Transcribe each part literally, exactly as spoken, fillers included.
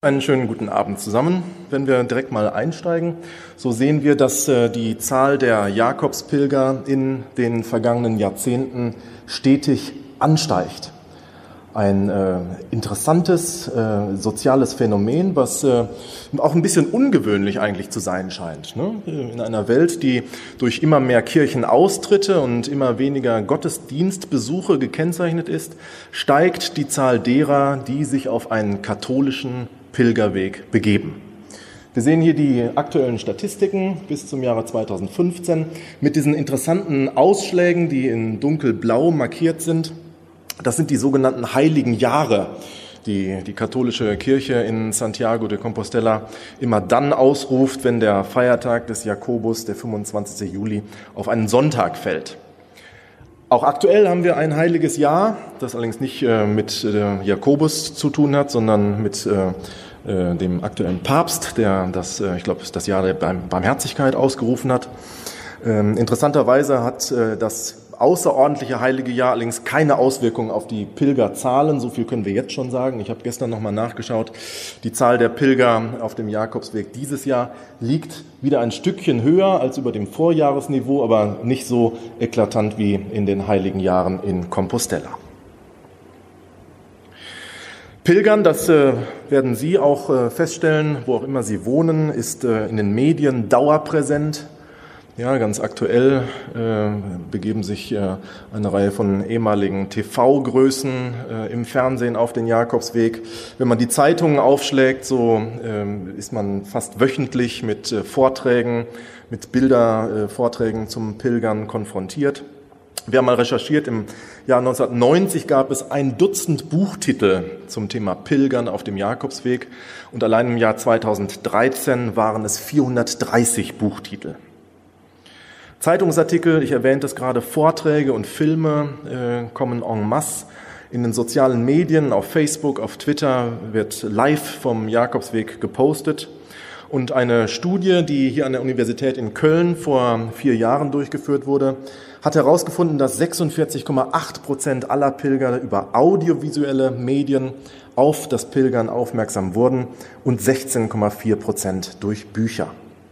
Einen schönen guten Abend zusammen. Wenn wir direkt mal einsteigen, so sehen wir, dass die Zahl der Jakobspilger in den vergangenen Jahrzehnten stetig ansteigt. Ein äh, interessantes äh, soziales Phänomen, was äh, auch ein bisschen ungewöhnlich eigentlich zu sein scheint. Ne? In einer Welt, die durch immer mehr Kirchenaustritte und immer weniger Gottesdienstbesuche gekennzeichnet ist, steigt die Zahl derer, die sich auf einen katholischen Pilgerweg begeben. Wir sehen hier die aktuellen Statistiken bis zum Jahre zweitausendfünfzehn mit diesen interessanten Ausschlägen, die in dunkelblau markiert sind. Das sind die sogenannten heiligen Jahre, die die katholische Kirche in Santiago de Compostela immer dann ausruft, wenn der Feiertag des Jakobus, der fünfundzwanzigste Juli, auf einen Sonntag fällt. Auch aktuell haben wir ein heiliges Jahr, das allerdings nicht äh, mit äh, Jakobus zu tun hat, sondern mit äh, äh, dem aktuellen Papst, der das, äh, ich glaube, das Jahr der Barmherzigkeit ausgerufen hat. Ähm, interessanterweise hat äh, das außerordentliche heilige Jahr allerdings keine Auswirkungen auf die Pilgerzahlen. So viel können wir jetzt schon sagen. Ich habe gestern nochmal nachgeschaut. Die Zahl der Pilger auf dem Jakobsweg dieses Jahr liegt wieder ein Stückchen höher als über dem Vorjahresniveau, aber nicht so eklatant wie in den heiligen Jahren in Compostela. Pilgern, das äh, werden Sie auch äh, feststellen, wo auch immer Sie wohnen, ist äh, in den Medien dauerpräsent. Ja, ganz aktuell äh, begeben sich äh, eine Reihe von ehemaligen T V-Größen äh, im Fernsehen auf den Jakobsweg. Wenn man die Zeitungen aufschlägt, so äh, ist man fast wöchentlich mit äh, Vorträgen, mit Bildervorträgen äh, zum Pilgern konfrontiert. Wir haben mal recherchiert, im Jahr neunzehnhundertneunzig gab es ein Dutzend Buchtitel zum Thema Pilgern auf dem Jakobsweg und allein im Jahr zweitausenddreizehn waren es vierhundertdreißig Buchtitel. Zeitungsartikel, ich erwähnte es gerade, Vorträge und Filme äh, kommen en masse. In den sozialen Medien, auf Facebook, auf Twitter wird live vom Jakobsweg gepostet. Und eine Studie, die hier an der Universität in Köln vor vier Jahren durchgeführt wurde, hat herausgefunden, dass sechsundvierzig Komma acht Prozent aller Pilger über audiovisuelle Medien auf das Pilgern aufmerksam wurden und sechzehn Komma vier Prozent durch Bücher.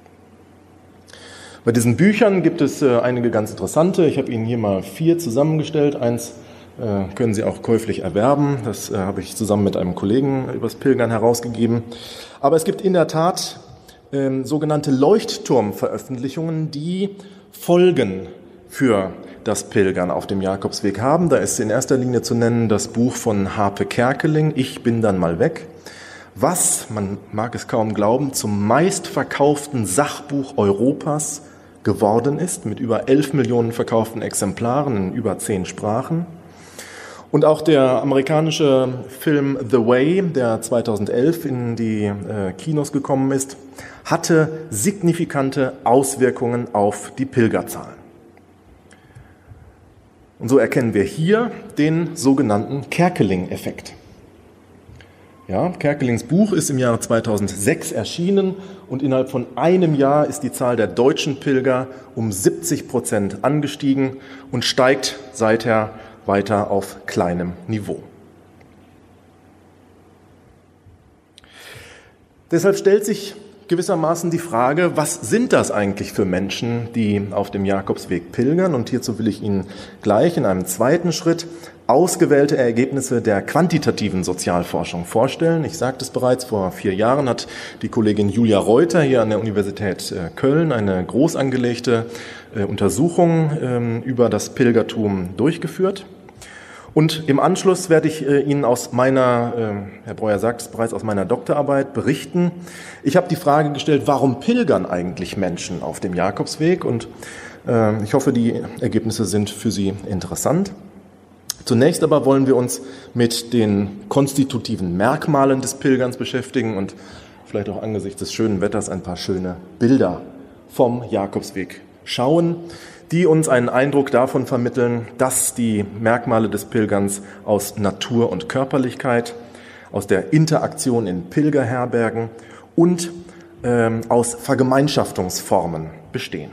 Bei diesen Büchern gibt es äh, einige ganz interessante. Ich habe Ihnen hier mal vier zusammengestellt. Eins äh, können Sie auch käuflich erwerben. Das äh, habe ich zusammen mit einem Kollegen übers Pilgern herausgegeben. Aber es gibt in der Tat äh, sogenannte Leuchtturmveröffentlichungen, die Folgen für das Pilgern auf dem Jakobsweg haben. Da ist in erster Linie zu nennen das Buch von Harpe Kerkeling, Ich bin dann mal weg, was, man mag es kaum glauben, zum meistverkauften Sachbuch Europas geworden ist, mit über elf Millionen verkauften Exemplaren in über zehn Sprachen. Und auch der amerikanische Film The Way, der zweitausendelf in die äh, Kinos gekommen ist, hatte signifikante Auswirkungen auf die Pilgerzahlen. Und so erkennen wir hier den sogenannten Kerkeling-Effekt. Ja, Kerkelings Buch ist im Jahre zweitausendsechs erschienen und innerhalb von einem Jahr ist die Zahl der deutschen Pilger um siebzig Prozent angestiegen und steigt seither weiter auf kleinem Niveau. Deshalb stellt sich gewissermaßen die Frage, was sind das eigentlich für Menschen, die auf dem Jakobsweg pilgern? Und hierzu will ich Ihnen gleich in einem zweiten Schritt ausgewählte Ergebnisse der quantitativen Sozialforschung vorstellen. Ich sagte es bereits, vor vier Jahren hat die Kollegin Julia Reuter hier an der Universität Köln eine groß angelegte Untersuchung über das Pilgertum durchgeführt. Und im Anschluss werde ich Ihnen aus meiner, Herr Breuer sagt es bereits, aus meiner Doktorarbeit berichten. Ich habe die Frage gestellt, warum pilgern eigentlich Menschen auf dem Jakobsweg? Und ich hoffe, die Ergebnisse sind für Sie interessant. Zunächst aber wollen wir uns mit den konstitutiven Merkmalen des Pilgerns beschäftigen und vielleicht auch angesichts des schönen Wetters ein paar schöne Bilder vom Jakobsweg schauen, die uns einen Eindruck davon vermitteln, dass die Merkmale des Pilgerns aus Natur und Körperlichkeit, aus der Interaktion in Pilgerherbergen und ähm, aus Vergemeinschaftungsformen bestehen.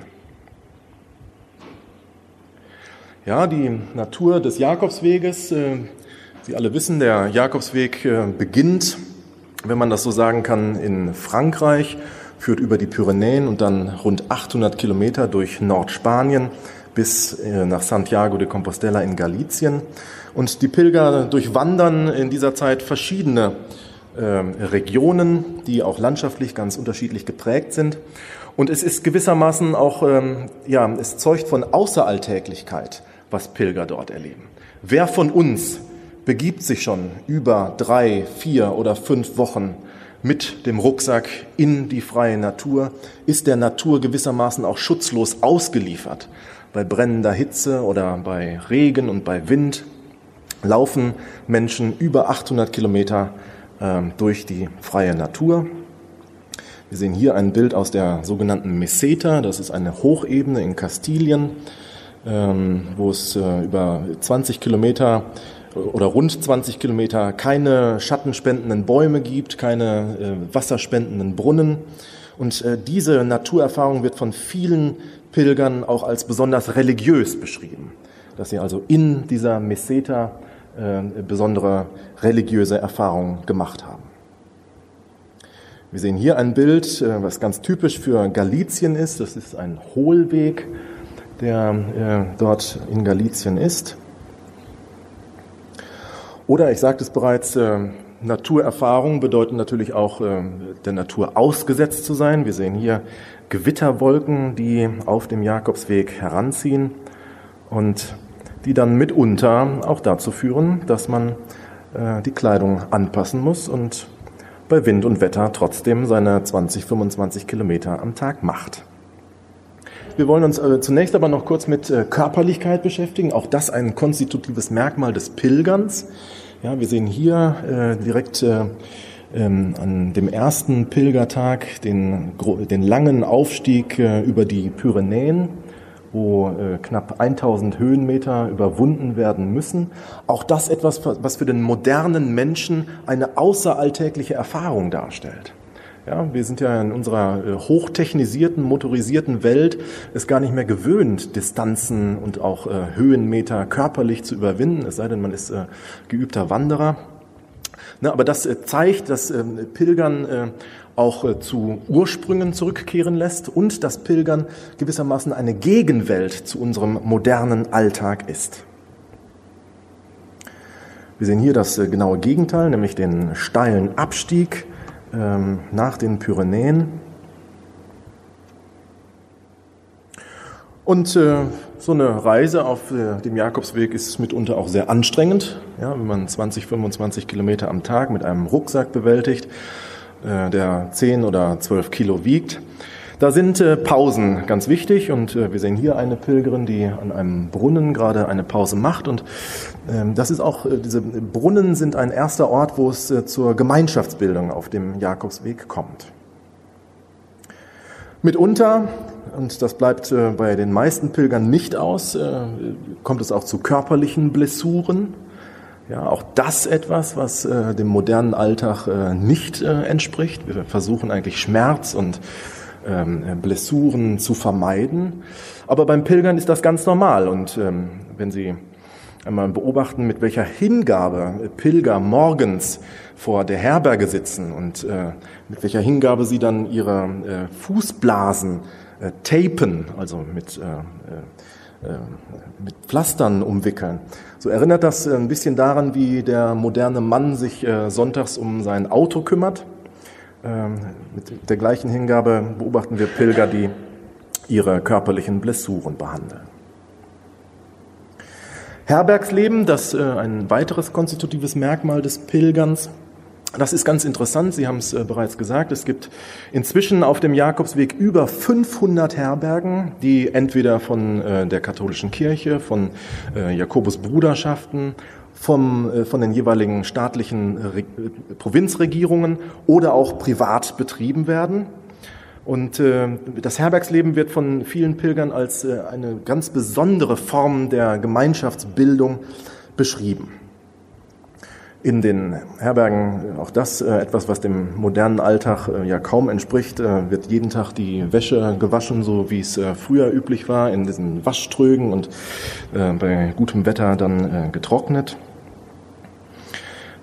Ja, die Natur des Jakobsweges, äh, Sie alle wissen, der Jakobsweg äh, beginnt wenn man das so sagen kann, in Frankreich, führt über die Pyrenäen und dann rund achthundert Kilometer durch Nordspanien bis nach Santiago de Compostela in Galicien. Und die Pilger durchwandern in dieser Zeit verschiedene äh, Regionen, die auch landschaftlich ganz unterschiedlich geprägt sind. Und es ist gewissermaßen auch, ähm, ja, es zeugt von Außeralltäglichkeit, was Pilger dort erleben. Wer von uns begibt sich schon über drei, vier oder fünf Wochen mit dem Rucksack in die freie Natur, ist der Natur gewissermaßen auch schutzlos ausgeliefert? Bei brennender Hitze oder bei Regen und bei Wind laufen Menschen über achthundert Kilometer äh, durch die freie Natur. Wir sehen hier ein Bild aus der sogenannten Meseta, das ist eine Hochebene in Kastilien, ähm, wo es äh, über zwanzig Kilometer oder rund zwanzig Kilometer keine schattenspendenden Bäume gibt, keine äh, wasserspendenden Brunnen. Und äh, diese Naturerfahrung wird von vielen Pilgern auch als besonders religiös beschrieben, dass sie also in dieser Meseta äh, besondere religiöse Erfahrungen gemacht haben. Wir sehen hier ein Bild, äh, was ganz typisch für Galicien ist. Das ist ein Hohlweg, der äh, dort in Galicien ist. Oder, ich sagte es bereits, äh, Naturerfahrungen bedeuten natürlich auch, äh, der Natur ausgesetzt zu sein. Wir sehen hier Gewitterwolken, die auf dem Jakobsweg heranziehen und die dann mitunter auch dazu führen, dass man äh, die Kleidung anpassen muss und bei Wind und Wetter trotzdem seine zwanzig, fünfundzwanzig Kilometer am Tag macht. Wir wollen uns äh, zunächst aber noch kurz mit äh, Körperlichkeit beschäftigen. Auch das ein konstitutives Merkmal des Pilgerns. Ja, wir sehen hier äh, direkt äh, ähm, an dem ersten Pilgertag den, den langen Aufstieg äh, über die Pyrenäen, wo äh, knapp tausend Höhenmeter überwunden werden müssen. Auch das etwas, was für den modernen Menschen eine außeralltägliche Erfahrung darstellt. Ja, wir sind ja in unserer äh, hochtechnisierten, motorisierten Welt es gar nicht mehr gewöhnt, Distanzen und auch äh, Höhenmeter körperlich zu überwinden, es sei denn, man ist äh, geübter Wanderer. Na, aber das äh, zeigt, dass äh, Pilgern äh, auch äh, zu Ursprüngen zurückkehren lässt und dass Pilgern gewissermaßen eine Gegenwelt zu unserem modernen Alltag ist. Wir sehen hier das äh, genaue Gegenteil, nämlich den steilen Abstieg nach den Pyrenäen. Und äh, so eine Reise auf äh, dem Jakobsweg ist mitunter auch sehr anstrengend, ja, wenn man zwanzig, fünfundzwanzig Kilometer am Tag mit einem Rucksack bewältigt, äh, der zehn oder zwölf Kilo wiegt. Da sind äh, Pausen ganz wichtig und äh, wir sehen hier eine Pilgerin, die an einem Brunnen gerade eine Pause macht und äh, das ist auch, äh, diese Brunnen sind ein erster Ort, wo es äh, zur Gemeinschaftsbildung auf dem Jakobsweg kommt. Mitunter, und das bleibt äh, bei den meisten Pilgern nicht aus, äh, kommt es auch zu körperlichen Blessuren. Ja, auch das etwas, was äh, dem modernen Alltag äh, nicht äh, entspricht. Wir versuchen eigentlich Schmerz und Blessuren zu vermeiden. Aber beim Pilgern ist das ganz normal. Und ähm, wenn Sie einmal beobachten, mit welcher Hingabe Pilger morgens vor der Herberge sitzen und äh, mit welcher Hingabe sie dann ihre äh, Fußblasen äh, tapen, also mit, äh, äh, mit Pflastern umwickeln, so erinnert das ein bisschen daran, wie der moderne Mann sich äh, sonntags um sein Auto kümmert. Mit der gleichen Hingabe beobachten wir Pilger, die ihre körperlichen Blessuren behandeln. Herbergsleben, das ist ein weiteres konstitutives Merkmal des Pilgerns. Das ist ganz interessant, Sie haben es bereits gesagt, es gibt inzwischen auf dem Jakobsweg über fünfhundert Herbergen, die entweder von der katholischen Kirche, von Jakobusbruderschaften, vom, von den jeweiligen staatlichen Re- Provinzregierungen oder auch privat betrieben werden. Und äh, das Herbergsleben wird von vielen Pilgern als äh, eine ganz besondere Form der Gemeinschaftsbildung beschrieben. In den Herbergen, auch das äh, etwas, was dem modernen Alltag äh, ja kaum entspricht, äh, wird jeden Tag die Wäsche gewaschen, so wie es äh, früher üblich war, in diesen Waschtrögen und äh, bei gutem Wetter dann äh, getrocknet.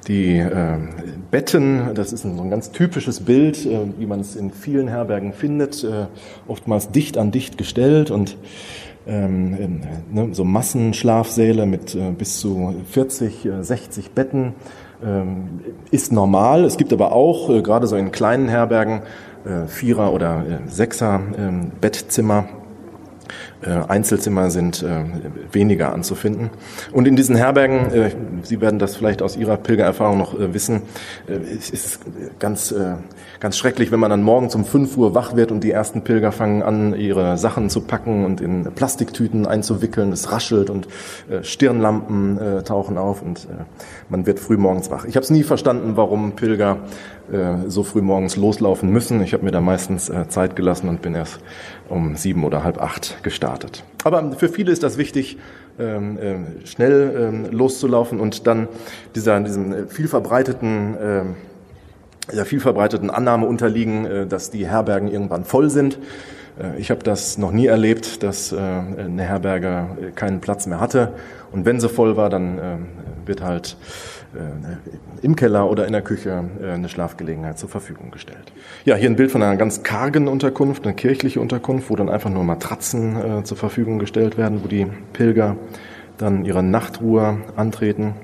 Die äh, Betten, das ist ein, so ein ganz typisches Bild, äh, wie man es in vielen Herbergen findet, äh, oftmals dicht an dicht gestellt und ähm, in, ne, so Massenschlafsäle mit äh, bis zu vierzig, äh, sechzig Betten ähm, ist normal. Es gibt aber auch, äh, gerade so in kleinen Herbergen, äh, Vierer- oder äh, Sechser-Bettzimmer. Einzelzimmer sind äh, weniger anzufinden. Und in diesen Herbergen, äh, Sie werden das vielleicht aus Ihrer Pilgererfahrung noch äh, wissen, äh, es ist ganz, äh, ganz schrecklich, wenn man dann morgens um fünf Uhr wach wird und die ersten Pilger fangen an, ihre Sachen zu packen und in Plastiktüten einzuwickeln. Es raschelt und äh, Stirnlampen äh, tauchen auf und äh, man wird früh morgens wach. Ich habe es nie verstanden, warum Pilger äh, so früh morgens loslaufen müssen. Ich habe mir da meistens äh, Zeit gelassen und bin erst um sieben oder halb acht gestartet. Aber für viele ist das wichtig, ähm, äh, schnell ähm, loszulaufen und dann dieser, diesem viel verbreiteten, äh, der viel verbreiteten Annahme unterliegen, äh, dass die Herbergen irgendwann voll sind. Äh, ich habe das noch nie erlebt, dass äh, eine Herberge keinen Platz mehr hatte. Und wenn sie voll war, dann äh, wird halt äh, im Keller oder in der Küche äh, eine Schlafgelegenheit zur Verfügung gestellt. Ja, hier ein Bild von einer ganz kargen Unterkunft, eine kirchliche Unterkunft, wo dann einfach nur Matratzen äh, zur Verfügung gestellt werden, wo die Pilger dann ihre Nachtruhe antreten.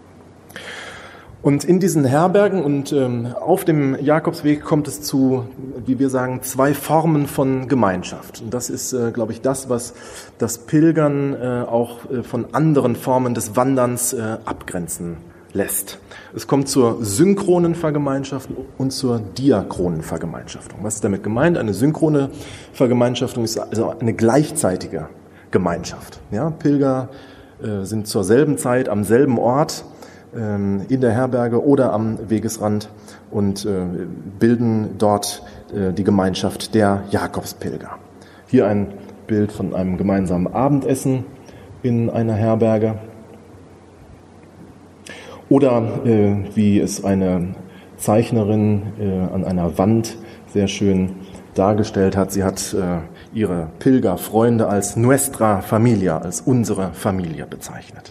Und in diesen Herbergen und ähm, auf dem Jakobsweg kommt es zu, wie wir sagen, zwei Formen von Gemeinschaft. Und das ist, äh, glaube ich, das, was das Pilgern äh, auch äh, von anderen Formen des Wanderns äh, abgrenzen lässt. Es kommt zur synchronen Vergemeinschaftung und zur diachronen Vergemeinschaftung. Was ist damit gemeint? Eine synchrone Vergemeinschaftung ist also eine gleichzeitige Gemeinschaft. Ja, Pilger äh, sind zur selben Zeit am selben Ort in der Herberge oder am Wegesrand und äh, bilden dort äh, die Gemeinschaft der Jakobspilger. Hier ein Bild von einem gemeinsamen Abendessen in einer Herberge. Oder äh, wie es eine Zeichnerin äh, an einer Wand sehr schön dargestellt hat. Sie hat äh, ihre Pilgerfreunde als Nuestra Familia, als unsere Familie bezeichnet.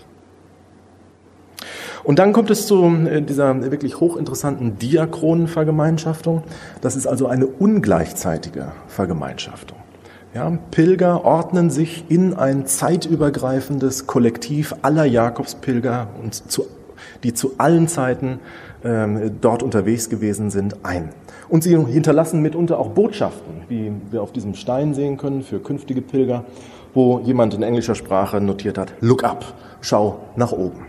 Und dann kommt es zu dieser wirklich hochinteressanten diachronen Vergemeinschaftung. Das ist also eine ungleichzeitige Vergemeinschaftung. Ja, Pilger ordnen sich in ein zeitübergreifendes Kollektiv aller Jakobspilger, und zu, die zu allen Zeiten ähm, dort unterwegs gewesen sind, ein. Und sie hinterlassen mitunter auch Botschaften, wie wir auf diesem Stein sehen können, für künftige Pilger, wo jemand in englischer Sprache notiert hat, look up, schau nach oben.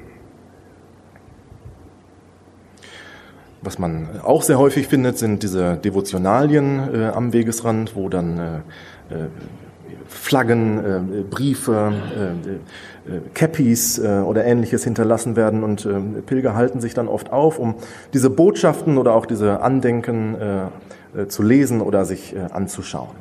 Was man auch sehr häufig findet, sind diese Devotionalien äh, am Wegesrand, wo dann äh, äh, Flaggen, äh, Briefe, äh, äh, Käppis äh, oder Ähnliches hinterlassen werden. Und äh, Pilger halten sich dann oft auf, um diese Botschaften oder auch diese Andenken äh, äh, zu lesen oder sich äh, anzuschauen.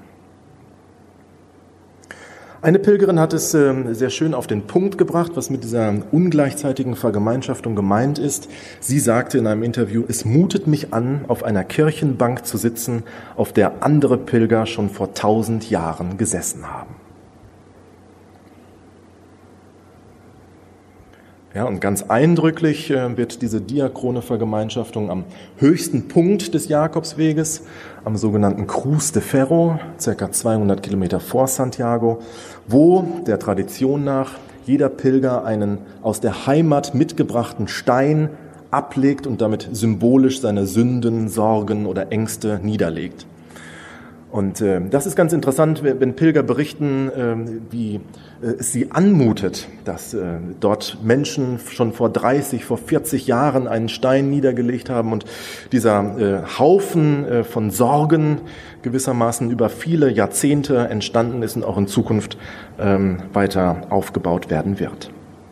Eine Pilgerin hat es äh, sehr schön auf den Punkt gebracht, was mit dieser ungleichzeitigen Vergemeinschaftung gemeint ist. Sie sagte in einem Interview, es mutet mich an, auf einer Kirchenbank zu sitzen, auf der andere Pilger schon vor tausend Jahren gesessen haben. Ja, und ganz eindrücklich äh, wird diese diachrone Vergemeinschaftung am höchsten Punkt des Jakobsweges, am sogenannten Cruz de Ferro, circa zweihundert Kilometer vor Santiago, wo der Tradition nach jeder Pilger einen aus der Heimat mitgebrachten Stein ablegt und damit symbolisch seine Sünden, Sorgen oder Ängste niederlegt. Und äh, das ist ganz interessant, wenn Pilger berichten, äh, wie äh, es sie anmutet, dass äh, dort Menschen schon vor dreißig, vor vierzig Jahren einen Stein niedergelegt haben und dieser äh, Haufen äh, von Sorgen gewissermaßen über viele Jahrzehnte entstanden ist und auch in Zukunft ähm, weiter aufgebaut werden wird.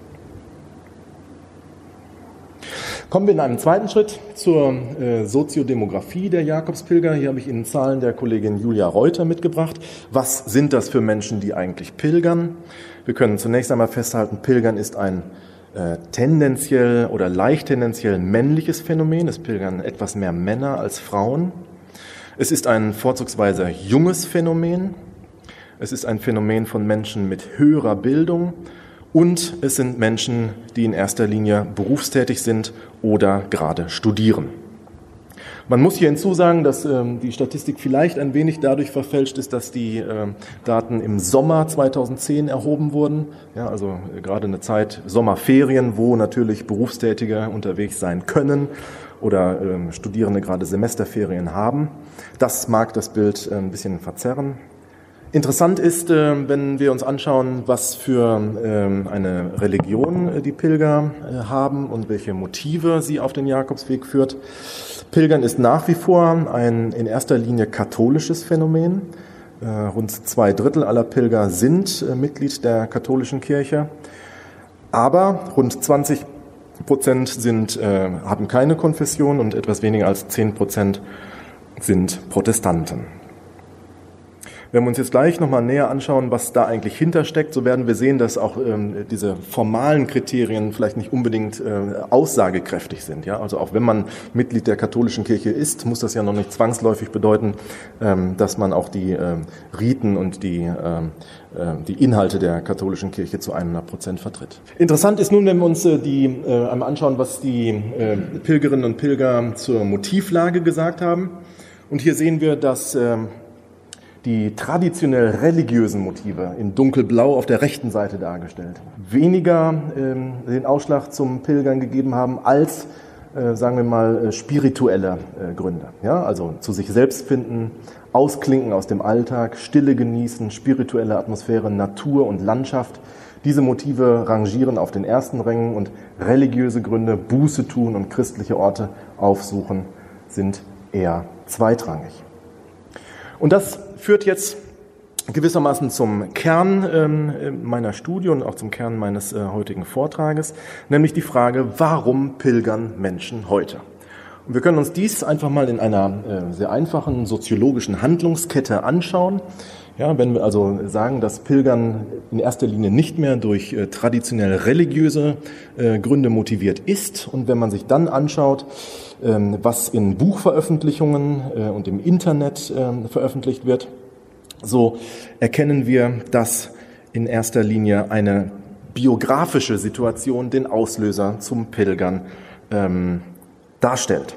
Kommen wir in einem zweiten Schritt zur äh, Soziodemografie der Jakobspilger. Hier habe ich Ihnen Zahlen der Kollegin Julia Reuter mitgebracht. Was sind das für Menschen, die eigentlich pilgern? Wir können zunächst einmal festhalten, Pilgern ist ein äh, tendenziell oder leicht tendenziell männliches Phänomen. Es pilgern etwas mehr Männer als Frauen. Es ist ein vorzugsweise junges Phänomen. Es ist ein Phänomen von Menschen mit höherer Bildung Und es sind Menschen, die in erster Linie berufstätig sind oder gerade studieren. Man muss hier hinzusagen, dass ähm, die Statistik vielleicht ein wenig dadurch verfälscht ist, dass die ähm, Daten im Sommer zweitausendzehn erhoben wurden. Ja, also äh, gerade eine Zeit Sommerferien, wo natürlich Berufstätige unterwegs sein können oder ähm, Studierende gerade Semesterferien haben. Das mag das Bild äh, ein bisschen verzerren. Interessant ist, äh, wenn wir uns anschauen, was für ähm, eine Religion äh, die Pilger äh, haben und welche Motive sie auf den Jakobsweg führt. Pilgern ist nach wie vor ein in erster Linie katholisches Phänomen. Äh, rund zwei Drittel aller Pilger sind äh, Mitglied der katholischen Kirche. Aber rund zwanzig Prozent sind, äh, haben keine Konfession und etwas weniger als zehn Prozent sind Protestanten. Wenn wir uns jetzt gleich nochmal näher anschauen, was da eigentlich hintersteckt, so werden wir sehen, dass auch ähm, diese formalen Kriterien vielleicht nicht unbedingt äh, aussagekräftig sind. Ja? Also auch wenn man Mitglied der katholischen Kirche ist, muss das ja noch nicht zwangsläufig bedeuten, ähm, dass man auch die ähm, Riten und die, ähm, äh, die Inhalte der katholischen Kirche zu hundert Prozent vertritt. Interessant ist nun, wenn wir uns äh, die äh, einmal anschauen, was die äh, Pilgerinnen und Pilger zur Motivlage gesagt haben. Und hier sehen wir, dass äh, die traditionell religiösen Motive in dunkelblau auf der rechten Seite dargestellt weniger ähm, den Ausschlag zum Pilgern gegeben haben als, äh, sagen wir mal, äh, spirituelle äh, Gründe. Ja, also zu sich selbst finden, ausklinken aus dem Alltag, Stille genießen, spirituelle Atmosphäre, Natur und Landschaft. Diese Motive rangieren auf den ersten Rängen und religiöse Gründe, Buße tun und christliche Orte aufsuchen, sind eher zweitrangig. Und das führt jetzt gewissermaßen zum Kern ähm, meiner Studie und auch zum Kern meines äh, heutigen Vortrages, nämlich die Frage, warum pilgern Menschen heute? Und wir können uns dies einfach mal in einer äh, sehr einfachen soziologischen Handlungskette anschauen. Ja, wenn wir also sagen, dass Pilgern in erster Linie nicht mehr durch äh, traditionell religiöse äh, Gründe motiviert ist und wenn man sich dann anschaut, ähm, was in Buchveröffentlichungen äh, und im Internet äh, veröffentlicht wird, so erkennen wir, dass in erster Linie eine biografische Situation den Auslöser zum Pilgern ähm, darstellt.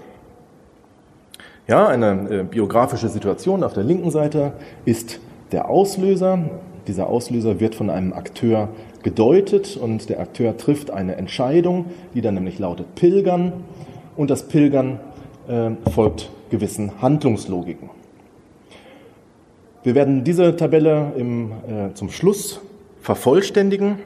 Ja, eine äh, biografische Situation auf der linken Seite ist der Auslöser. Dieser Auslöser wird von einem Akteur gedeutet und der Akteur trifft eine Entscheidung, die dann nämlich lautet Pilgern. Und das Pilgern äh, folgt gewissen Handlungslogiken. Wir werden diese Tabelle im, äh, zum Schluss vervollständigen.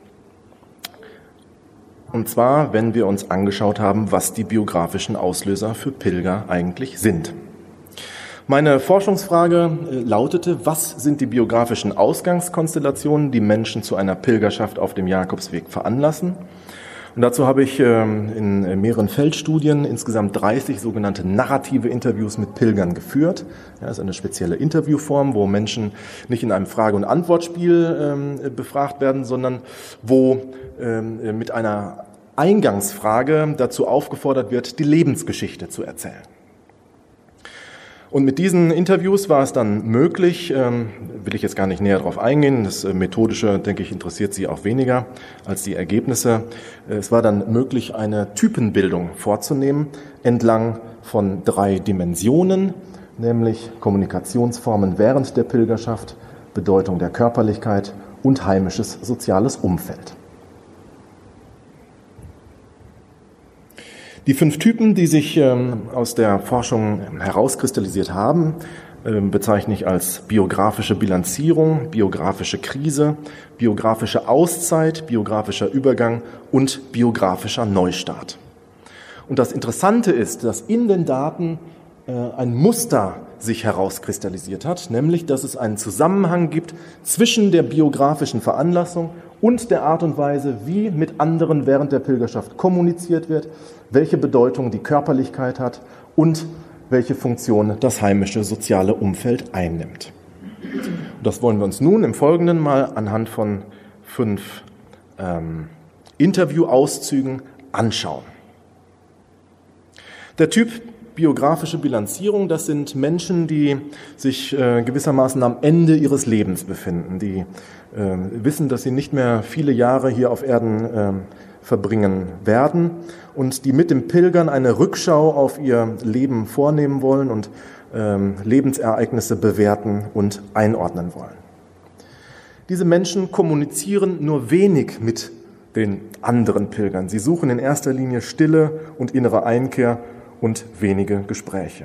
Und zwar, wenn wir uns angeschaut haben, was die biografischen Auslöser für Pilger eigentlich sind. Meine Forschungsfrage lautete, was sind die biografischen Ausgangskonstellationen, die Menschen zu einer Pilgerschaft auf dem Jakobsweg veranlassen? Und dazu habe ich in mehreren Feldstudien insgesamt dreißig sogenannte narrative Interviews mit Pilgern geführt. Ja, das ist eine spezielle Interviewform, wo Menschen nicht in einem Frage- und Antwortspiel ähm, befragt werden, sondern wo ähm, mit einer Eingangsfrage dazu aufgefordert wird, die Lebensgeschichte zu erzählen. Und mit diesen Interviews war es dann möglich, ähm, will ich jetzt gar nicht näher darauf eingehen, das äh, Methodische, denke ich, interessiert Sie auch weniger als die Ergebnisse. Äh, es war dann möglich, eine Typenbildung vorzunehmen entlang von drei Dimensionen, nämlich Kommunikationsformen während der Pilgerschaft, Bedeutung der Körperlichkeit und heimisches soziales Umfeld. Die fünf Typen, die sich ähm, aus der Forschung herauskristallisiert haben, äh, bezeichne ich als biografische Bilanzierung, biografische Krise, biografische Auszeit, biografischer Übergang und biografischer Neustart. Und das Interessante ist, dass in den Daten äh, ein Muster sich herauskristallisiert hat, nämlich, dass es einen Zusammenhang gibt zwischen der biografischen Veranlassung und der Art und Weise, wie mit anderen während der Pilgerschaft kommuniziert wird, welche Bedeutung die Körperlichkeit hat und welche Funktion das heimische soziale Umfeld einnimmt. Und das wollen wir uns nun im Folgenden mal anhand von fünf ähm, Interviewauszügen anschauen. Der Typ biografische Bilanzierung, das sind Menschen, die sich äh, gewissermaßen am Ende ihres Lebens befinden, die äh, wissen, dass sie nicht mehr viele Jahre hier auf Erden äh, verbringen werden und die mit dem Pilgern eine Rückschau auf ihr Leben vornehmen wollen und äh, Lebensereignisse bewerten und einordnen wollen. Diese Menschen kommunizieren nur wenig mit den anderen Pilgern. Sie suchen in erster Linie Stille und innere Einkehr und wenige Gespräche.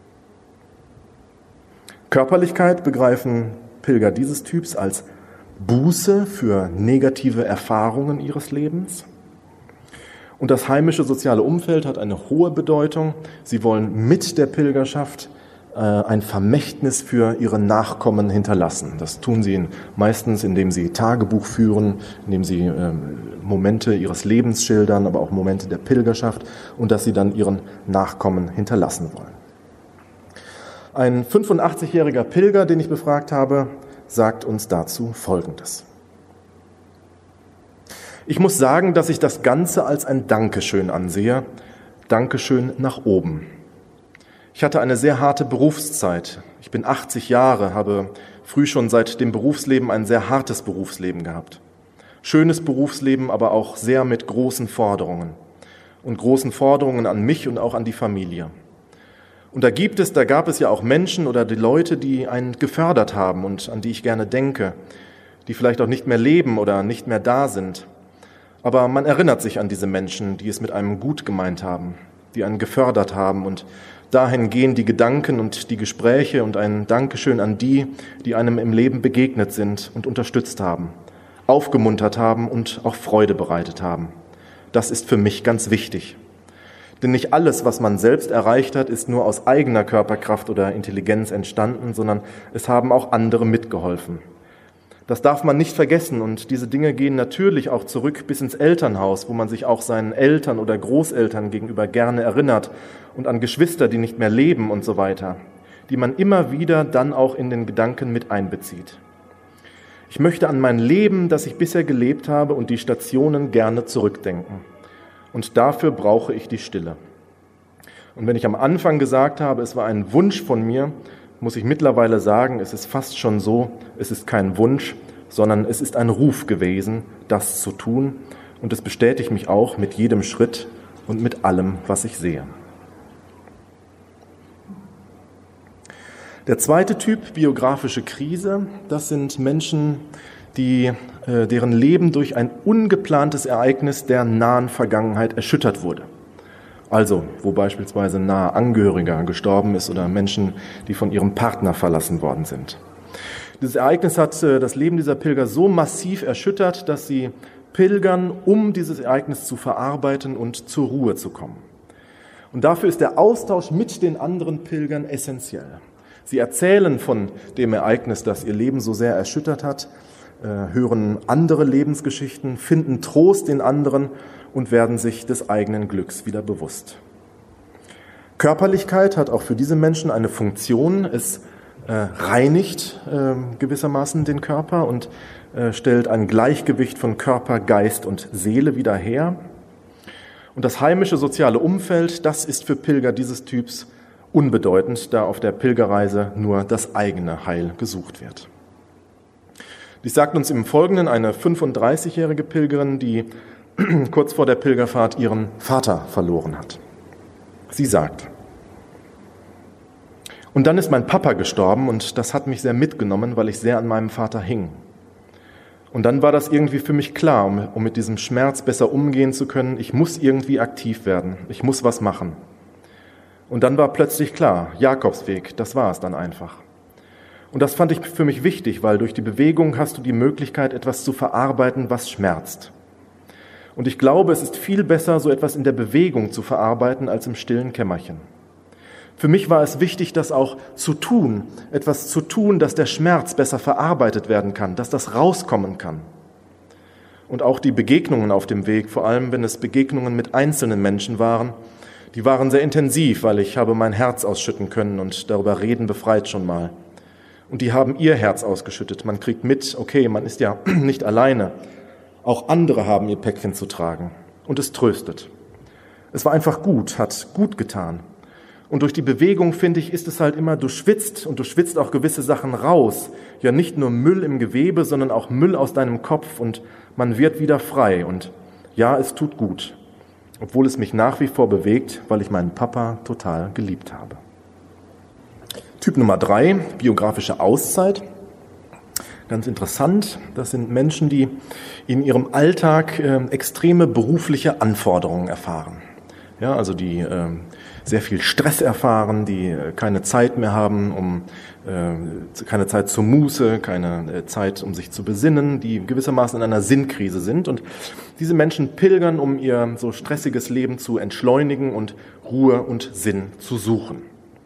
Körperlichkeit begreifen Pilger dieses Typs als Buße für negative Erfahrungen ihres Lebens. Und das heimische soziale Umfeld hat eine hohe Bedeutung. Sie wollen mit der Pilgerschaft äh, ein Vermächtnis für ihre Nachkommen hinterlassen. Das tun sie meistens, indem sie Tagebuch führen, indem sie äh, Momente ihres Lebens schildern, aber auch Momente der Pilgerschaft und dass sie dann ihren Nachkommen hinterlassen wollen. Ein fünfundachtzigjähriger Pilger, den ich befragt habe, sagt uns dazu Folgendes. Ich muss sagen, dass ich das Ganze als ein Dankeschön ansehe. Dankeschön nach oben. Ich hatte eine sehr harte Berufszeit. Ich bin achtzig Jahre, habe früh schon seit dem Berufsleben ein sehr hartes Berufsleben gehabt. Schönes Berufsleben, aber auch sehr mit großen Forderungen. Und großen Forderungen an mich und auch an die Familie. Und da gibt es, da gab es ja auch Menschen oder die Leute, die einen gefördert haben und an die ich gerne denke, die vielleicht auch nicht mehr leben oder nicht mehr da sind. Aber man erinnert sich an diese Menschen, die es mit einem gut gemeint haben, die einen gefördert haben und dahin gehen die Gedanken und die Gespräche und ein Dankeschön an die, die einem im Leben begegnet sind und unterstützt haben, aufgemuntert haben und auch Freude bereitet haben. Das ist für mich ganz wichtig. Denn nicht alles, was man selbst erreicht hat, ist nur aus eigener Körperkraft oder Intelligenz entstanden, sondern es haben auch andere mitgeholfen. Das darf man nicht vergessen und diese Dinge gehen natürlich auch zurück bis ins Elternhaus, wo man sich auch seinen Eltern oder Großeltern gegenüber gerne erinnert und an Geschwister, die nicht mehr leben und so weiter, die man immer wieder dann auch in den Gedanken mit einbezieht. Ich möchte an mein Leben, das ich bisher gelebt habe und die Stationen gerne zurückdenken. Und dafür brauche ich die Stille. Und wenn ich am Anfang gesagt habe, es war ein Wunsch von mir, muss ich mittlerweile sagen, es ist fast schon so, es ist kein Wunsch, sondern es ist ein Ruf gewesen, das zu tun. Und es bestätigt mich auch mit jedem Schritt und mit allem, was ich sehe. Der zweite Typ, biografische Krise, das sind Menschen, die, äh, deren Leben durch ein ungeplantes Ereignis der nahen Vergangenheit erschüttert wurde. Also, wo beispielsweise ein naher Angehöriger gestorben ist oder Menschen, die von ihrem Partner verlassen worden sind. Dieses Ereignis hat äh, das Leben dieser Pilger so massiv erschüttert, dass sie pilgern, um dieses Ereignis zu verarbeiten und zur Ruhe zu kommen. Und dafür ist der Austausch mit den anderen Pilgern essentiell. Sie erzählen von dem Ereignis, das ihr Leben so sehr erschüttert hat, äh, hören andere Lebensgeschichten, finden Trost in anderen und werden sich des eigenen Glücks wieder bewusst. Körperlichkeit hat auch für diese Menschen eine Funktion. Es äh, reinigt äh, gewissermaßen den Körper und äh, stellt ein Gleichgewicht von Körper, Geist und Seele wieder her. Und das heimische soziale Umfeld, das ist für Pilger dieses Typs unbedeutend, da auf der Pilgerreise nur das eigene Heil gesucht wird. Dies sagt uns im Folgenden eine fünfunddreißigjährige Pilgerin, die kurz vor der Pilgerfahrt ihren Vater verloren hat. Sie sagt: Und dann ist mein Papa gestorben und das hat mich sehr mitgenommen, weil ich sehr an meinem Vater hing. Und dann war das irgendwie für mich klar, um, um mit diesem Schmerz besser umgehen zu können, ich muss irgendwie aktiv werden, ich muss was machen. Und dann war plötzlich klar, Jakobsweg, das war es dann einfach. Und das fand ich für mich wichtig, weil durch die Bewegung hast du die Möglichkeit, etwas zu verarbeiten, was schmerzt. Und ich glaube, es ist viel besser, so etwas in der Bewegung zu verarbeiten, als im stillen Kämmerchen. Für mich war es wichtig, das auch zu tun, etwas zu tun, dass der Schmerz besser verarbeitet werden kann, dass das rauskommen kann. Und auch die Begegnungen auf dem Weg, vor allem wenn es Begegnungen mit einzelnen Menschen waren, die waren sehr intensiv, weil ich habe mein Herz ausschütten können und darüber reden befreit schon mal. Und die haben ihr Herz ausgeschüttet. Man kriegt mit, okay, man ist ja nicht alleine. Auch andere haben ihr Päckchen zu tragen. Und es tröstet. Es war einfach gut, hat gut getan. Und durch die Bewegung, finde ich, ist es halt immer, du schwitzt und du schwitzt auch gewisse Sachen raus. Ja, nicht nur Müll im Gewebe, sondern auch Müll aus deinem Kopf und man wird wieder frei. Und ja, es tut gut, obwohl es mich nach wie vor bewegt, weil ich meinen Papa total geliebt habe. Typ Nummer drei, biografische Auszeit. Ganz interessant, das sind Menschen, die in ihrem Alltag äh, extreme berufliche Anforderungen erfahren. Ja, also die äh, sehr viel Stress erfahren, die äh, keine Zeit mehr haben, um äh, keine Zeit zur Muße, keine äh, Zeit, um sich zu besinnen, die gewissermaßen in einer Sinnkrise sind. Und diese Menschen pilgern, um ihr so stressiges Leben zu entschleunigen und Ruhe und Sinn zu suchen.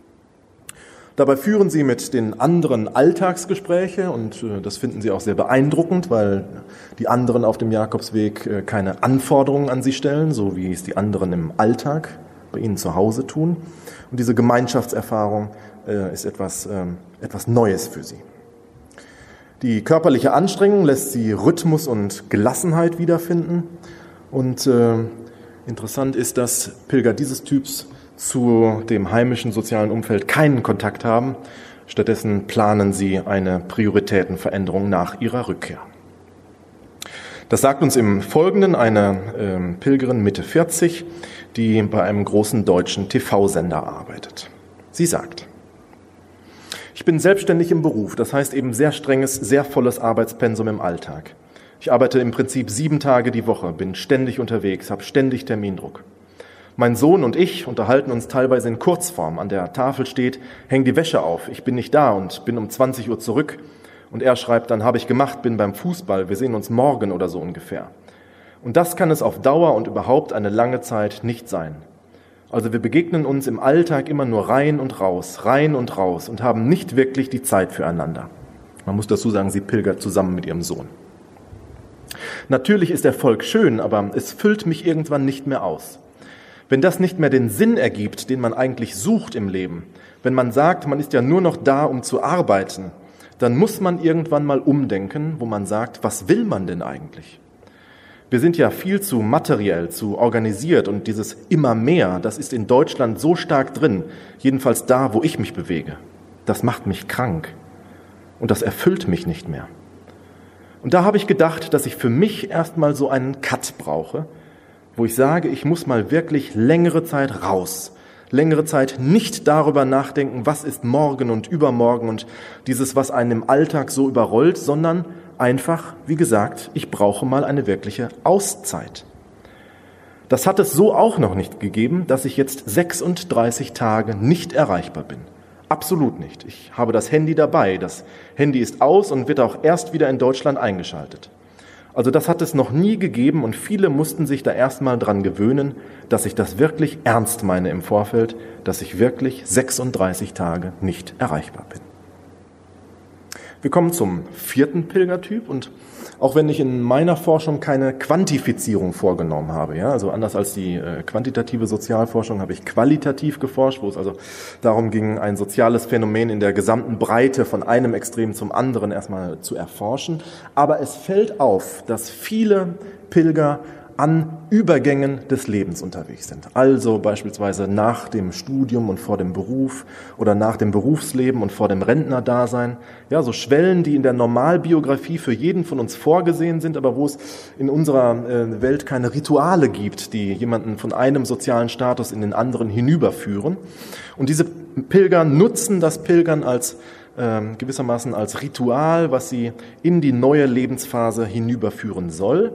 Dabei führen sie mit den anderen Alltagsgespräche und äh, das finden sie auch sehr beeindruckend, weil die anderen auf dem Jakobsweg äh, keine Anforderungen an sie stellen, so wie es die anderen im Alltag bei ihnen zu Hause tun. Und diese Gemeinschaftserfahrung äh, ist etwas, äh, etwas Neues für sie. Die körperliche Anstrengung lässt sie Rhythmus und Gelassenheit wiederfinden. Und äh, interessant ist, dass Pilger dieses Typs zu dem heimischen sozialen Umfeld keinen Kontakt haben. Stattdessen planen sie eine Prioritätenveränderung nach ihrer Rückkehr. Das sagt uns im Folgenden eine äh, Pilgerin Mitte vierzig, die bei einem großen deutschen T V-Sender arbeitet. Sie sagt: Ich bin selbstständig im Beruf, das heißt eben sehr strenges, sehr volles Arbeitspensum im Alltag. Ich arbeite im Prinzip sieben Tage die Woche, bin ständig unterwegs, habe ständig Termindruck. Mein Sohn und ich unterhalten uns teilweise in Kurzform. An der Tafel steht, häng die Wäsche auf, ich bin nicht da und bin um zwanzig Uhr zurück. Und er schreibt dann, habe ich gemacht, bin beim Fußball, wir sehen uns morgen oder so ungefähr. Und das kann es auf Dauer und überhaupt eine lange Zeit nicht sein. Also wir begegnen uns im Alltag immer nur rein und raus, rein und raus und haben nicht wirklich die Zeit füreinander. Man muss dazu sagen, sie pilgert zusammen mit ihrem Sohn. Natürlich ist Erfolg schön, aber es füllt mich irgendwann nicht mehr aus. Wenn das nicht mehr den Sinn ergibt, den man eigentlich sucht im Leben, wenn man sagt, man ist ja nur noch da, um zu arbeiten, dann muss man irgendwann mal umdenken, wo man sagt, was will man denn eigentlich? Wir sind ja viel zu materiell, zu organisiert und dieses immer mehr, das ist in Deutschland so stark drin, jedenfalls da, wo ich mich bewege. Das macht mich krank und das erfüllt mich nicht mehr. Und da habe ich gedacht, dass ich für mich erstmal so einen Cut brauche, wo ich sage, ich muss mal wirklich längere Zeit raus, längere Zeit nicht darüber nachdenken, was ist morgen und übermorgen und dieses, was einen im Alltag so überrollt, sondern einfach, wie gesagt, ich brauche mal eine wirkliche Auszeit. Das hat es so auch noch nicht gegeben, dass ich jetzt sechsunddreißig Tage nicht erreichbar bin. Absolut nicht. Ich habe das Handy dabei. Das Handy ist aus und wird auch erst wieder in Deutschland eingeschaltet. Also das hat es noch nie gegeben und viele mussten sich da erstmal dran gewöhnen, dass ich das wirklich ernst meine im Vorfeld, dass ich wirklich sechsunddreißig Tage nicht erreichbar bin. Wir kommen zum vierten Pilgertyp und auch wenn ich in meiner Forschung keine Quantifizierung vorgenommen habe, ja, also anders als die äh, quantitative Sozialforschung habe ich qualitativ geforscht, wo es also darum ging, ein soziales Phänomen in der gesamten Breite von einem Extrem zum anderen erstmal zu erforschen. Aber es fällt auf, dass viele Pilger an Übergängen des Lebens unterwegs sind. Also beispielsweise nach dem Studium und vor dem Beruf oder nach dem Berufsleben und vor dem Rentnerdasein. Ja, so Schwellen, die in der Normalbiografie für jeden von uns vorgesehen sind, aber wo es in unserer äh, Welt keine Rituale gibt, die jemanden von einem sozialen Status in den anderen hinüberführen. Und diese Pilger nutzen das Pilgern als äh, gewissermaßen als Ritual, was sie in die neue Lebensphase hinüberführen soll.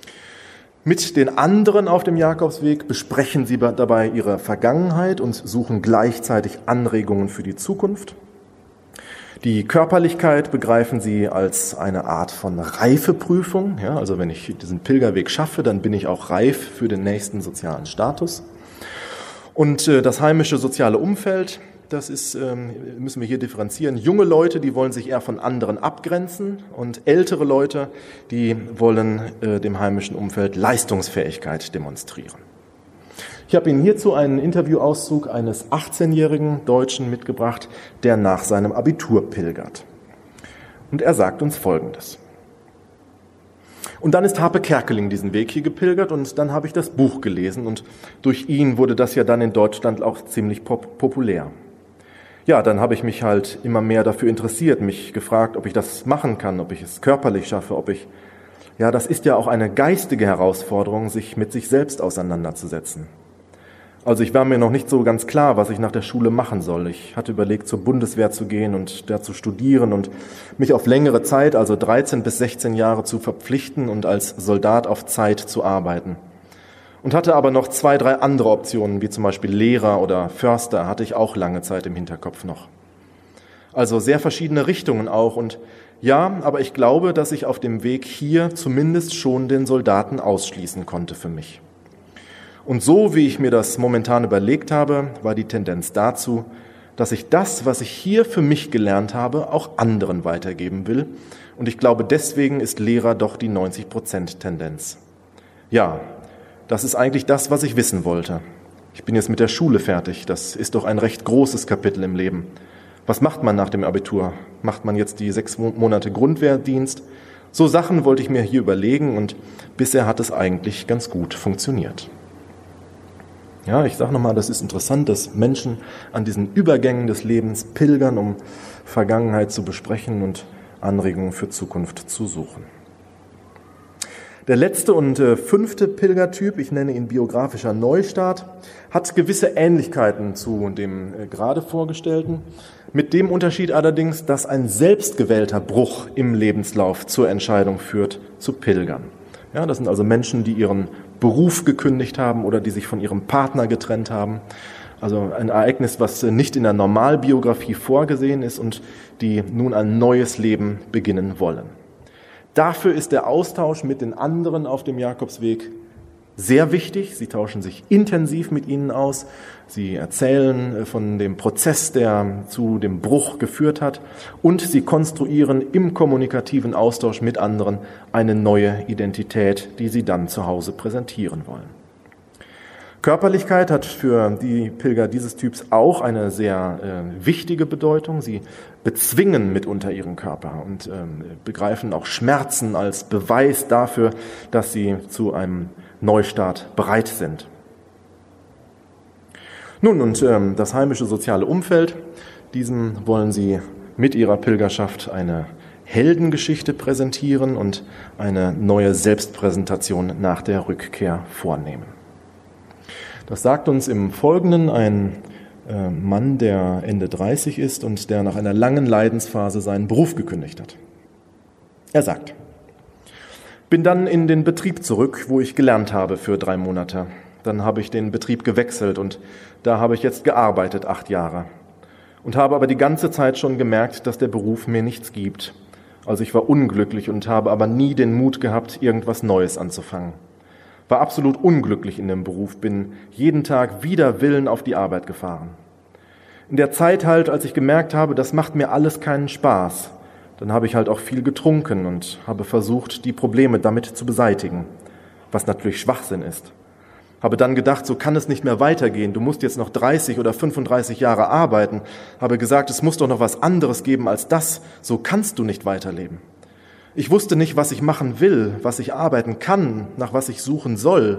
Mit den anderen auf dem Jakobsweg besprechen sie dabei ihre Vergangenheit und suchen gleichzeitig Anregungen für die Zukunft. Die Körperlichkeit begreifen sie als eine Art von Reifeprüfung. Ja, also wenn ich diesen Pilgerweg schaffe, dann bin ich auch reif für den nächsten sozialen Status. Und äh, das heimische soziale Umfeld, das ist, ähm, müssen wir hier differenzieren. Junge Leute, die wollen sich eher von anderen abgrenzen und ältere Leute, die wollen äh, dem heimischen Umfeld Leistungsfähigkeit demonstrieren. Ich habe Ihnen hierzu einen Interviewauszug eines achtzehnjährigen Deutschen mitgebracht, der nach seinem Abitur pilgert. Und er sagt uns Folgendes. Und dann ist Harpe Kerkeling diesen Weg hier gepilgert und dann habe ich das Buch gelesen und durch ihn wurde das ja dann in Deutschland auch ziemlich pop- populär. Ja, dann habe ich mich halt immer mehr dafür interessiert, mich gefragt, ob ich das machen kann, ob ich es körperlich schaffe, ob ich, ja, das ist ja auch eine geistige Herausforderung, sich mit sich selbst auseinanderzusetzen. Also ich war mir noch nicht so ganz klar, was ich nach der Schule machen soll. Ich hatte überlegt, zur Bundeswehr zu gehen und da zu studieren und mich auf längere Zeit, also dreizehn bis sechzehn Jahre zu verpflichten und als Soldat auf Zeit zu arbeiten. Und hatte aber noch zwei, drei andere Optionen, wie zum Beispiel Lehrer oder Förster, hatte ich auch lange Zeit im Hinterkopf noch. Also sehr verschiedene Richtungen auch. Und ja, aber ich glaube, dass ich auf dem Weg hier zumindest schon den Soldaten ausschließen konnte für mich. Und so, wie ich mir das momentan überlegt habe, war die Tendenz dazu, dass ich das, was ich hier für mich gelernt habe, auch anderen weitergeben will. Und ich glaube, deswegen ist Lehrer doch die neunzig Prozent Tendenz. Ja, das ist eigentlich das, was ich wissen wollte. Ich bin jetzt mit der Schule fertig. Das ist doch ein recht großes Kapitel im Leben. Was macht man nach dem Abitur? Macht man jetzt die sechs Monate Grundwehrdienst? So Sachen wollte ich mir hier überlegen und bisher hat es eigentlich ganz gut funktioniert. Ja, ich sage nochmal, das ist interessant, dass Menschen an diesen Übergängen des Lebens pilgern, um Vergangenheit zu besprechen und Anregungen für Zukunft zu suchen. Der letzte und äh, fünfte Pilgertyp, ich nenne ihn biografischer Neustart, hat gewisse Ähnlichkeiten zu dem äh, gerade vorgestellten, mit dem Unterschied allerdings, dass ein selbstgewählter Bruch im Lebenslauf zur Entscheidung führt, zu pilgern. Ja, das sind also Menschen, die ihren Beruf gekündigt haben oder die sich von ihrem Partner getrennt haben. Also ein Ereignis, was nicht in der Normalbiografie vorgesehen ist und die nun ein neues Leben beginnen wollen. Dafür ist der Austausch mit den anderen auf dem Jakobsweg sehr wichtig. Sie tauschen sich intensiv mit ihnen aus. Sie erzählen von dem Prozess, der zu dem Bruch geführt hat. Und sie konstruieren im kommunikativen Austausch mit anderen eine neue Identität, die sie dann zu Hause präsentieren wollen. Körperlichkeit hat für die Pilger dieses Typs auch eine sehr äh, wichtige Bedeutung. Sie bezwingen mitunter ihren Körper und äh, begreifen auch Schmerzen als Beweis dafür, dass sie zu einem Neustart bereit sind. Nun, und ähm, das heimische soziale Umfeld, diesem wollen sie mit ihrer Pilgerschaft eine Heldengeschichte präsentieren und eine neue Selbstpräsentation nach der Rückkehr vornehmen. Das sagt uns im Folgenden ein äh, Mann, der Ende dreißig ist und der nach einer langen Leidensphase seinen Beruf gekündigt hat. Er sagt: Bin dann in den Betrieb zurück, wo ich gelernt habe für drei Monate. Dann habe ich den Betrieb gewechselt und da habe ich jetzt gearbeitet, acht Jahre. Und habe aber die ganze Zeit schon gemerkt, dass der Beruf mir nichts gibt. Also ich war unglücklich und habe aber nie den Mut gehabt, irgendwas Neues anzufangen. War absolut unglücklich in dem Beruf, bin jeden Tag wider Willen auf die Arbeit gefahren. In der Zeit halt, als ich gemerkt habe, das macht mir alles keinen Spaß, dann habe ich halt auch viel getrunken und habe versucht, die Probleme damit zu beseitigen, was natürlich Schwachsinn ist. Habe dann gedacht, so kann es nicht mehr weitergehen, du musst jetzt noch dreißig oder fünfunddreißig Jahre arbeiten. Habe gesagt, es muss doch noch was anderes geben als das, so kannst du nicht weiterleben. Ich wusste nicht, was ich machen will, was ich arbeiten kann, nach was ich suchen soll.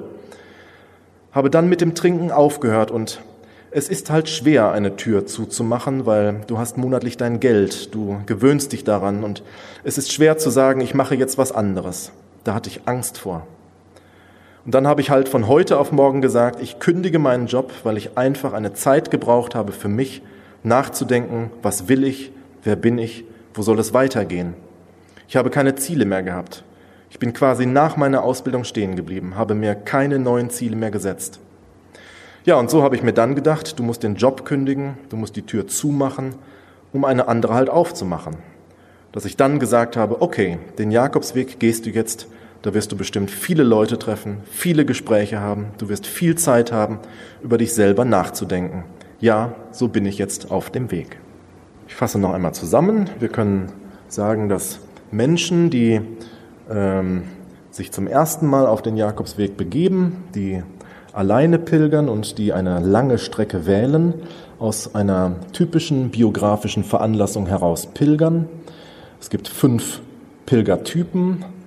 Habe dann mit dem Trinken aufgehört und es ist halt schwer, eine Tür zuzumachen, weil du hast monatlich dein Geld, du gewöhnst dich daran und es ist schwer zu sagen, ich mache jetzt was anderes. Da hatte ich Angst vor. Und dann habe ich halt von heute auf morgen gesagt, ich kündige meinen Job, weil ich einfach eine Zeit gebraucht habe für mich, nachzudenken, was will ich, wer bin ich, wo soll es weitergehen. Ich habe keine Ziele mehr gehabt. Ich bin quasi nach meiner Ausbildung stehen geblieben, habe mir keine neuen Ziele mehr gesetzt. Ja, und so habe ich mir dann gedacht, du musst den Job kündigen, du musst die Tür zumachen, um eine andere halt aufzumachen. Dass ich dann gesagt habe, okay, den Jakobsweg gehst du jetzt, da wirst du bestimmt viele Leute treffen, viele Gespräche haben, du wirst viel Zeit haben, über dich selber nachzudenken. Ja, so bin ich jetzt auf dem Weg. Ich fasse noch einmal zusammen. Wir können sagen, dass Menschen, die ähm, sich zum ersten Mal auf den Jakobsweg begeben, die alleine pilgern und die eine lange Strecke wählen, aus einer typischen biografischen Veranlassung heraus pilgern. Es gibt fünf Pilgertypen.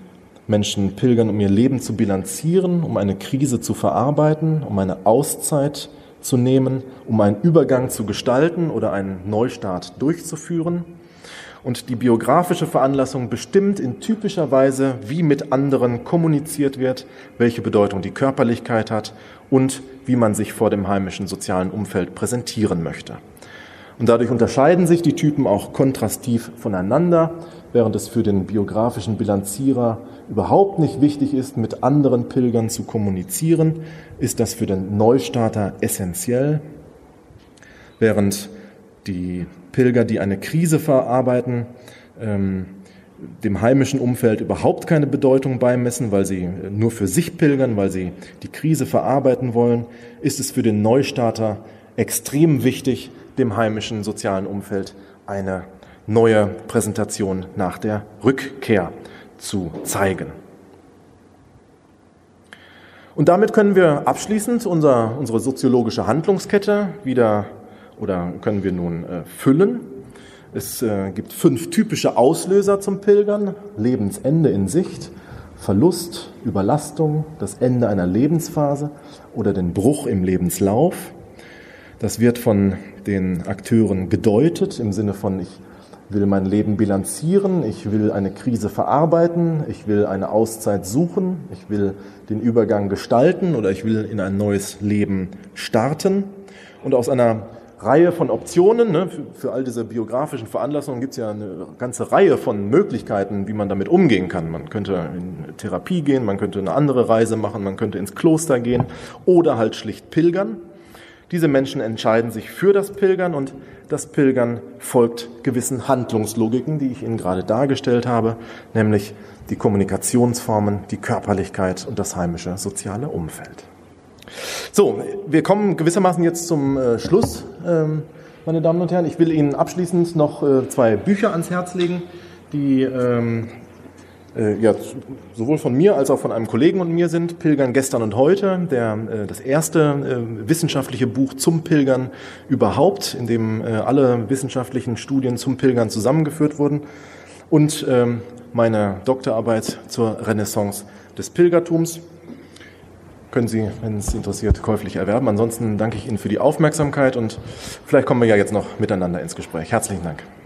Menschen pilgern, um ihr Leben zu bilanzieren, um eine Krise zu verarbeiten, um eine Auszeit zu nehmen, um einen Übergang zu gestalten oder einen Neustart durchzuführen. Und die biografische Veranlassung bestimmt in typischer Weise, wie mit anderen kommuniziert wird, welche Bedeutung die Körperlichkeit hat und wie man sich vor dem heimischen sozialen Umfeld präsentieren möchte. Und dadurch unterscheiden sich die Typen auch kontrastiv voneinander, während es für den biografischen Bilanzierer überhaupt nicht wichtig ist, mit anderen Pilgern zu kommunizieren, ist das für den Neustarter essentiell, während die Pilger, die eine Krise verarbeiten, ähm, dem heimischen Umfeld überhaupt keine Bedeutung beimessen, weil sie nur für sich pilgern, weil sie die Krise verarbeiten wollen, ist es für den Neustarter extrem wichtig, dem heimischen sozialen Umfeld eine neue Präsentation nach der Rückkehr zu zeigen. Und damit können wir abschließend unser, unsere soziologische Handlungskette wieder oder können wir nun äh, füllen. Es äh, gibt fünf typische Auslöser zum Pilgern: Lebensende in Sicht, Verlust, Überlastung, das Ende einer Lebensphase oder den Bruch im Lebenslauf. Das wird von den Akteuren gedeutet im Sinne von: Ich will mein Leben bilanzieren, ich will eine Krise verarbeiten, ich will eine Auszeit suchen, ich will den Übergang gestalten oder ich will in ein neues Leben starten. Und aus einer Reihe von Optionen, ne, für, für all diese biografischen Veranlassungen gibt es ja eine ganze Reihe von Möglichkeiten, wie man damit umgehen kann. Man könnte in Therapie gehen, man könnte eine andere Reise machen, man könnte ins Kloster gehen oder halt schlicht pilgern. Diese Menschen entscheiden sich für das Pilgern und das Pilgern folgt gewissen Handlungslogiken, die ich Ihnen gerade dargestellt habe, nämlich die Kommunikationsformen, die Körperlichkeit und das heimische soziale Umfeld. So, wir kommen gewissermaßen jetzt zum äh, Schluss, ähm, meine Damen und Herren. Ich will Ihnen abschließend noch äh, zwei Bücher ans Herz legen, die ähm, äh, ja, sowohl von mir als auch von einem Kollegen und mir sind. Pilgern gestern und heute, der, äh, das erste äh, wissenschaftliche Buch zum Pilgern überhaupt, in dem äh, alle wissenschaftlichen Studien zum Pilgern zusammengeführt wurden. Und ähm, meine Doktorarbeit zur Renaissance des Pilgertums. Können Sie, wenn es interessiert, käuflich erwerben. Ansonsten danke ich Ihnen für die Aufmerksamkeit und vielleicht kommen wir ja jetzt noch miteinander ins Gespräch. Herzlichen Dank.